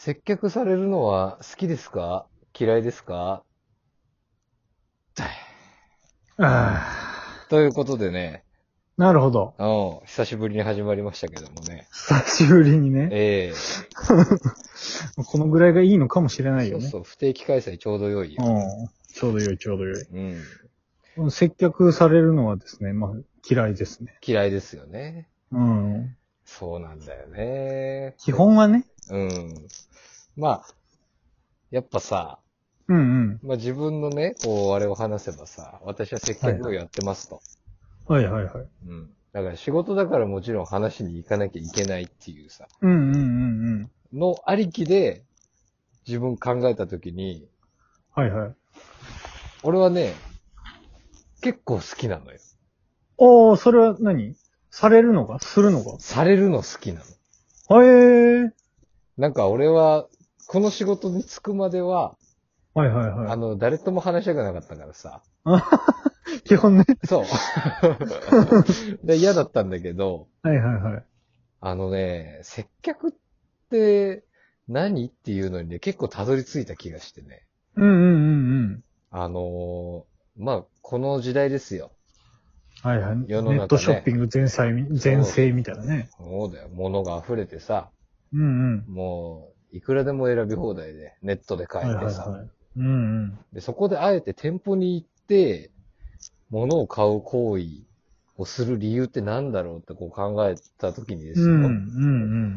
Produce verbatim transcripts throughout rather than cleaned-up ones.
接客されるのは好きですか？嫌いですか？ あということでね、 あ、なるほど。 うん、久しぶりに始まりましたけどもね。 久しぶりにね。 ええこのぐらいがいいのかもしれないよね。 そうそう、不定期開催ちょうど良いよ。 うん。ちょうどよい、ちょうどよい。 うん。 接客されるのはですね、まあ、嫌いですね。 嫌いですよね。 うん。 そうなんだよね。 基本はね。 うん。まあ、やっぱさ、 うんうん。 まあ自分のね、こう、あれを話せばさ、私は接客をやってますと。 はいはいはい。 うん。だから仕事だからもちろん話しに行かなきゃいけないっていうさ、 うんうんうんうん。 のありきで自分考えたときに、 はいはい。 俺はね、結構好きなのよ。 おー、それは何されるのかするのかされるの好きなの。 へー。 なんか俺は、この仕事に就くまでは、 はいはいはい。 あの、誰とも話したくなかったからさ。 基本ね。 そう。で、嫌だったんだけど、 はいはいはい。 あのね、接客って何っていうのにね、結構たどり着いた気がしてね。 うんうんうんうん。 あのー、まあ、この時代ですよ。 はいはい。 世の中ねネットショッピング全盛み、全盛みたいなね。 そうだよ。物が溢れてさ、 うんうん。 もう、いくらでも選び放題で、ネットで買はいえてさ。 はいはい。うんうん。 で、そこであえて店舗に行って、物を買う行為をする理由って何だろうってこう考えたときにですよ。 うんうんうん。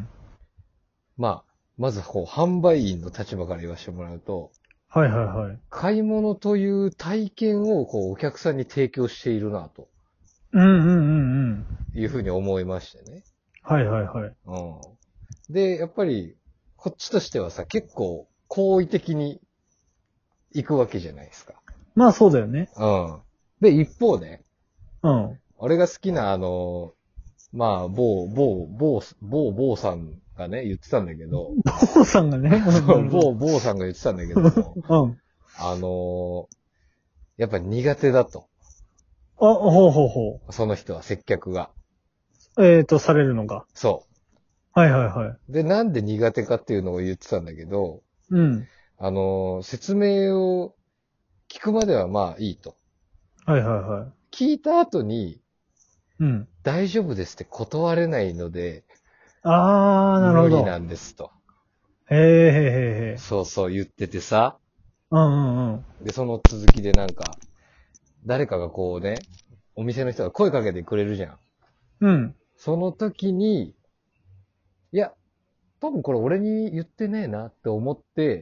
まあ、まずこう、販売員の立場から言わせてもらうと、 はいはいはい。 買い物という体験をこう、お客さんに提供しているな、とうんうんうんうん。 いうふうに思いましてね。 はいはいはい。 うん。で、やっぱり、こっちとしてはさ、結構、好意的に行くわけじゃないですか。 まあそうだよね。 うん。で、一方ね、 うん。 俺が好きなあの、まあ、某、某、某、某、某さんがね、言ってたんだけど、 坊さんがね。 そう、某、某さんが言ってたんだけども、 うん。 あのーやっぱ苦手だと。 あ、ほうほうほその人は接客が。 う。えーと、されるのが。 そはいはいはい。 う。で、なんで苦手かっていうのを言ってたんだけど、 うん。 あのー説明を聞くまではまあいいと。 はいはいはい。 聞いた後に、 うん。 大丈夫ですって断れないので、 あー、なるほど。 無理なんですと。 へーへーへーへー。 そうそう言っててさ。 うんうんうん。 で、その続きでなんか、誰かがこうね、お店の人が声かけてくれるじゃん。 うん。 その時に、いや、多分これ俺に言ってねえなって思って、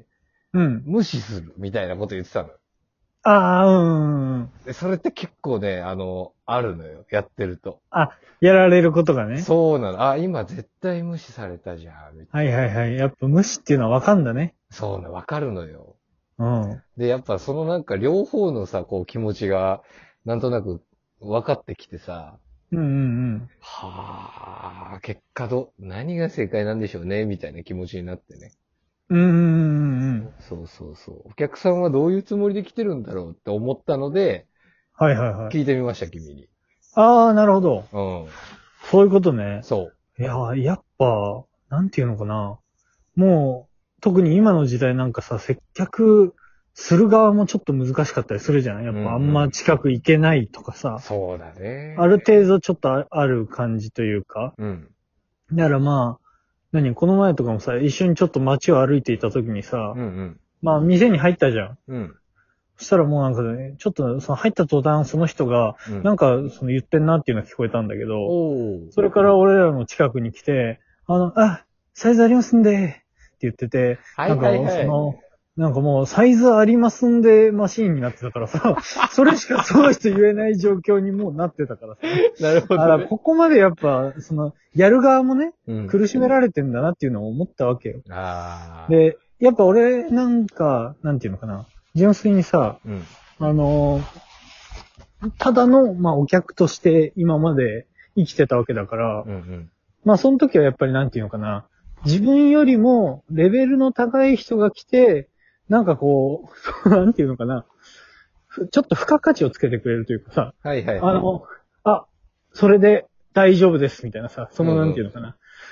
うん。 無視するみたいなこと言ってたの。 あー、うんうんうん。 で、それって結構ね、あの、あるのよ。やってると。 あ、やられることがね。 そうなの。あ、今絶対無視されたじゃん。みたいな。 はいはいはい。やっぱ無視っていうのはわかんだね。 そうなの。わかるのよ。 うん。 で、やっぱそのなんか両方のさ、こう気持ちが、なんとなく分かってきてさ、 うんうんうん。 はあ、結果ど、何が正解なんでしょうね、みたいな気持ちになってね。 うんうんうんうん。 そうそうそう。お客さんはどういうつもりで来てるんだろうって思ったので、 はいはいはい。 聞いてみました、君に。 あー、なるほど。 うん。 そういうことね。 そいやー、やっぱ、なんていうのかな。もう、特に今の時代なんかさ、接客する側もちょっと難しかったりするじゃん。やっぱあんま近く行けないとかさ。 う。そうだね。 ある程度ちょっとあある感じというか。 うん。 だからまあ、何この前とかもさ、一緒にちょっと街を歩いていた時にさ、 うんうん。 まあ店に入ったじゃん。 うん。 そしたらもうなんかね、ちょっとその入った途端その人が、 うん。 なんかその言ってんなっていうのが聞こえたんだけど、 おー。 それから俺らの近くに来て、あの、あ、サイズありますんで、って言ってて、 はいはいはいなんかその、なんかもうサイズありますんでマシーンになってたからさ、それしかその人言えない状況にもうなってたからさ。 なるほど、 だからね。 ここまでやっぱ、その、やる側もね、 うん。 苦しめられてんだなっていうのを思ったわけよ。 ああ。 で、やっぱ俺なんか、なんていうのかな、純粋にさ、 うん。 あのーただの、まあ、お客として今まで生きてたわけだから、 うんうん。 まあ、その時はやっぱりなんていうのかな、自分よりもレベルの高い人が来て、なんかこう、なんていうのかな、ふちょっと付加価値をつけてくれるというかさ、 はいはい。 あの、あ、それで大丈夫ですみたいなさ、そのうんうんなんていうのかな、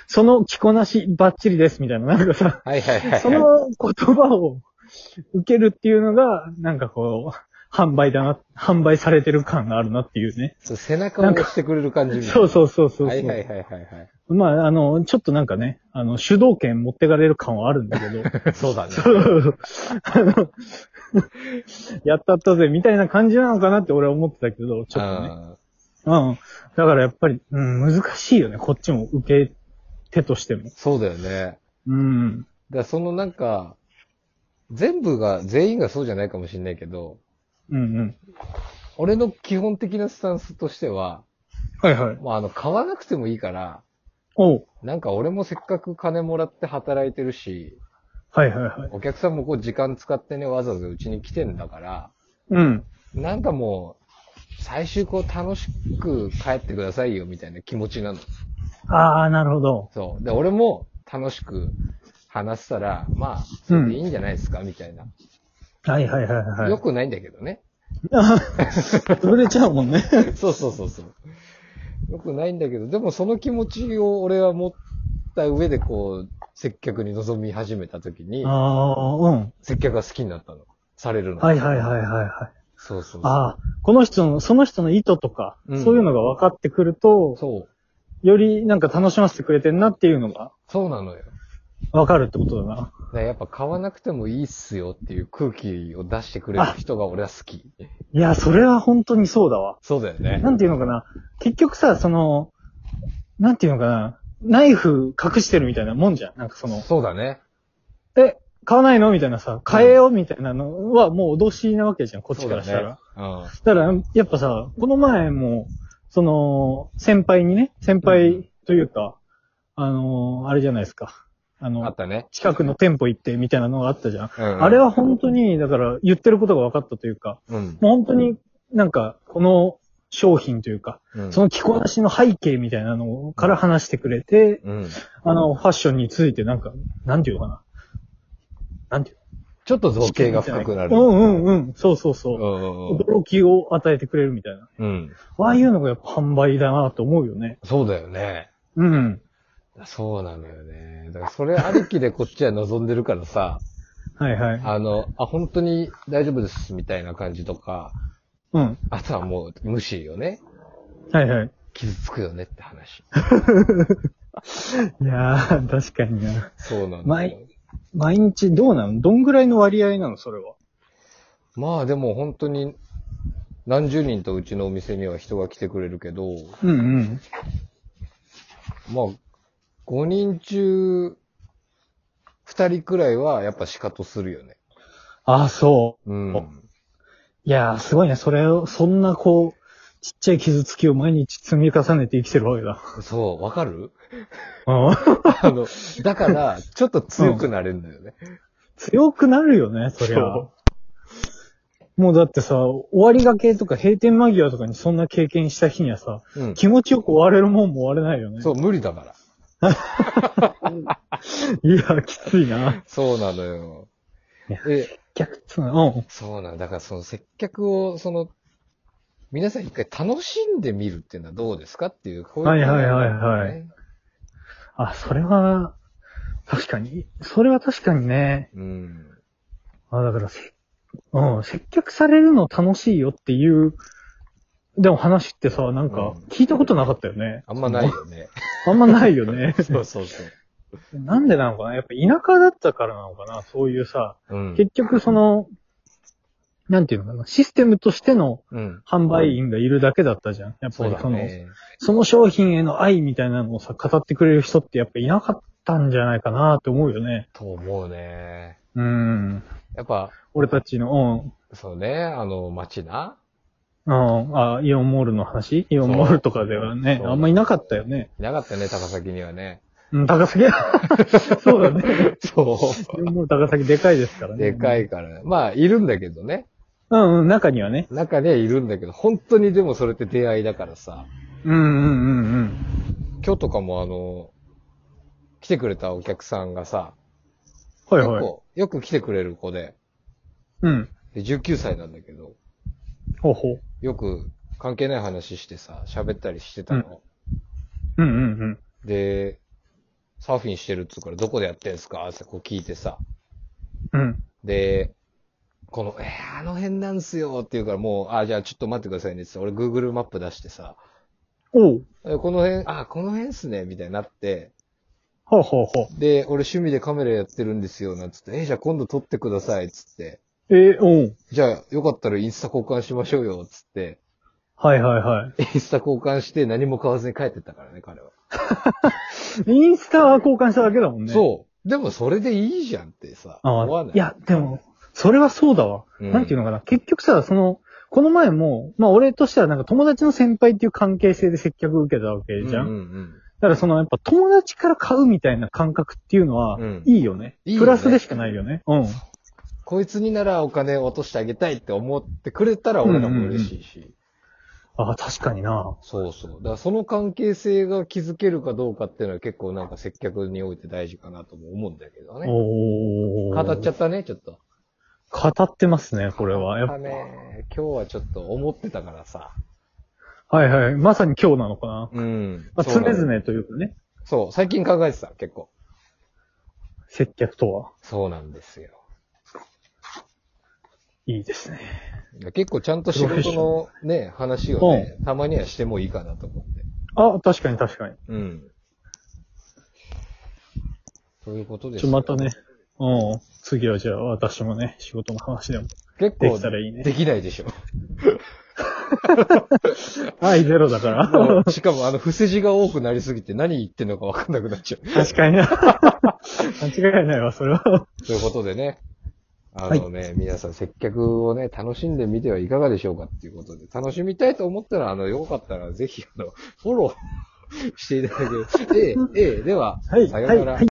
その着こなしバッチリですみたいな、なんかさ、 はいはいはいはい。 その言葉を受けるっていうのが、なんかこう、販売だな、販売されてる感があるなっていうね。 そう背中を押してくれる感じみたいな。 そうそうそうそうそう。 はいはいはいはいはい。 まあ、あの、ちょっとなんかね、あの、主導権持ってかれる感はあるんだけど。 そうだね。 そうあの、やったったぜ、みたいな感じなのかなって俺は思ってたけど、ちょっとね。うん。だからやっぱり、うん、難しいよね、こっちも受け手としても。 そうだよね。 うん。 だからそのなんか、全部が、全員がそうじゃないかもしれないけど、 うんうん。 俺の基本的なスタンスとしては、 はいはい。 もうあの、買わなくてもいいから、 おう。 なんか俺もせっかく金もらって働いてるし、 はいはいはい。 お客さんもこう時間使ってね、わざわざうちに来てんだから、 うん。 なんかもう、最終こう楽しく帰ってくださいよみたいな気持ちなの。 ああ、なるほど。 そう。で、俺も楽しく話したら、まあ、それでいいんじゃないですか、みたいな。 はいはいはいはい。 よくないんだけどね。 潰れちゃうもんね。 そうそうそうそう。よくないんだけど、でもその気持ちを俺は持った上でこう、接客に臨み始めた時に、 ああ、うん。 接客が好きになったの。されるの。 はいはいはいはいはい。 そうそうそう。 ああ、この人の、その人の意図とか、 うんそういうのが分かってくると、 そう。 よりなんか楽しませてくれてんなっていうのがそうなのよ。 分かるってことだな。 だからやっぱ買わなくてもいいっすよっていう空気を出してくれる人が俺は好き。 いや、それは本当にそうだわ。 そうだよね。 なんていうのかな。結局さ、その、なんていうのかな。ナイフ隠してるみたいなもんじゃん。なんかその、 そうだね。 え、買わないのみたいなさ、買えよみたいなのはもう脅しなわけじゃん、こっちからしたら。 そうだね。うん。 だから、やっぱさ、この前も、その、先輩にね、先輩というか、あのーあれじゃないですか。ああっの、 たね。 近くの店舗行ってみたいなのがあったじゃん。 うんうんあれは本当に、だから言ってることが分かったというか、 うん。 もう本当になんか、この商品というか、 うん。 その着こなしの背景みたいなのから話してくれて、 うん。 あの、ファッションについてなんか、なんていうのかな。なんていうちょっと造形が深くなる。 うんうんうん。そうそうそうう。 んうんうん。 驚きを与えてくれるみたいな。 うん。 ああいうのがやっぱ販売だなと思うよね。 そうだよね。 うん。 そうなのよね。だからそれありきでこっちは望んでるからさ、 はいはい。 あの、あ、本当に大丈夫ですみたいな感じとか、 うん。 あとはもう無視よね。 はいはい。 傷つくよねって話。 いやー、確かにな。 そうなんだ毎よ。 毎日どうなのどんぐらいの割合なのそれは。 まあでも本当に何十人とうちのお店には人が来てくれるけど、 うんうん。 まあごにん中ふたりくらいはやっぱシカトするよね。 ああ、そう。 うん。 いやー、すごいね。それを、そんなこう、ちっちゃい傷つきを毎日積み重ねて生きてるわけだ。 そう、わかるうんあの、だから、ちょっと強くなれるんだよね。 強くなるよね、そりゃ。 そもうだってさ、終わりがけとか閉店間際とかにそんな経験した日にはさ、 うん。 気持ちよく終われるもんも終われないよね。 そう、無理だから。 いや、きついな。 そうなのよいや。 で、 逆つな、うん。 そうなの。だからその接客を、その、皆さん一回楽しんでみるっていうのはどうですかっていう、こういう、 はいはいはいはいあ、それは、確かに。それは確かにね。 うん。 あ、だからせ、うん、接客されるの楽しいよっていう、でも話ってさ、なんかうん、 聞いたことなかったよね。 あんまないよね。 あんまないよね。 そうそうそう。 なんでなのかなやっぱ田舎だったからなのかなそういうさ、 うん。 結局その、なんていうのかなシステムとしてのうん。 販売員がいるだけだったじゃん。やっぱそうりその、 だね。 その商品への愛みたいなのをさ、語ってくれる人ってやっぱいなかったんじゃないかなって思うよね。 と思うね。 うん。 やっぱ、 俺たちの、 そうね、あの、街な。 うん、うん、あ、イオンモールの話イオンモールとかではね、 そうあんまいなかったよね。 いなかったね、高崎にはね。 うん、高崎そうだね。 そイオンモール高崎でかいですからう。 ね。 でかいから。まあ、いるんだけどね。 うんうん、中にはね。 中にはいるんだけど、本当にでもそれって出会いだからさ。 うんうんうんうん。 今日とかもあの、来てくれたお客さんがさ、 はいはい。 結構、よく来てくれる子で、 うん。 でじゅうきゅうさいなんだけど、 ほうほう。 よく関係ない話してさ、喋ったりしてたの。 うんうんうん。 で、 サーフィンしてるっつうから、どこでやってんすかってこう聞いてさ。 うん。 で、この、えー、あの辺なんすよって言うから、もう、あ、じゃあちょっと待ってくださいねって俺 Google マップ出してさ、 おう。 えこの辺、あ、この辺っすね、みたいになって、 ほうほうほう。 で、俺趣味でカメラやってるんですよ、なんつって、えー、じゃあ今度撮ってください、つって、 えー、おう。 じゃあよかったらインスタ交換しましょうよ、つって、 はいはいはインスタ交換して何も買わずに帰ってったからね、彼は。 い。インスタは交換しただけだもんね。 そう。でもそれでいいじゃんってさ、 あ思わない。 いや、でも、それはそうだわ。 うんなんていうのかな。結局さ、その、この前も、まあ俺としてはなんか友達の先輩っていう関係性で接客受けたわけじゃん。 うんうんだからそのやっぱ友達から買うみたいな感覚っていうのはうん、 いいよね。 いいよねプラスでしかないよね。うん。 こいつにならお金を落としてあげたいって思ってくれたら俺らも嬉しいし。 ああ、確かにな。 そうそう。だからその関係性が築けるかどうかっていうのは結構なんか接客において大事かなとも思うんだけどね。 お語っちゃっったね、ちょっと。 語ってますね、これは。やっぱ語ったね。今日はちょっと思ってたからさ。 はいはい。まさに今日なのかな。 うん。 まあ、 そうなの常々というかね。 そう、最近考えてた、結構。 接客とは。 そうなんですよ。 いいですね。 いや結構ちゃんと仕事のね、話をね、たまにはしてもいいかなと思って。 あ、確かに確かに。 うん。ということですちょ、 よ。 またね。うん。次はじゃあ私もね、仕事の話でも。で結構きたらいいねできないでしょ。 愛ゼロだから。 もうしかもあの、伏せ字が多くなりすぎて何言ってんのかわかんなくなっちゃう。 確かにな。間違いないわ、それは。 ということでね。あのね、皆さん接客をね、楽しんでみてはいかがでしょうかっていうことで、楽しみたいと思ったら、あの、よかったらぜひ、あの、フォローしていただける。ええ、ええ、では、 はい、 さようなら。 はい、はい。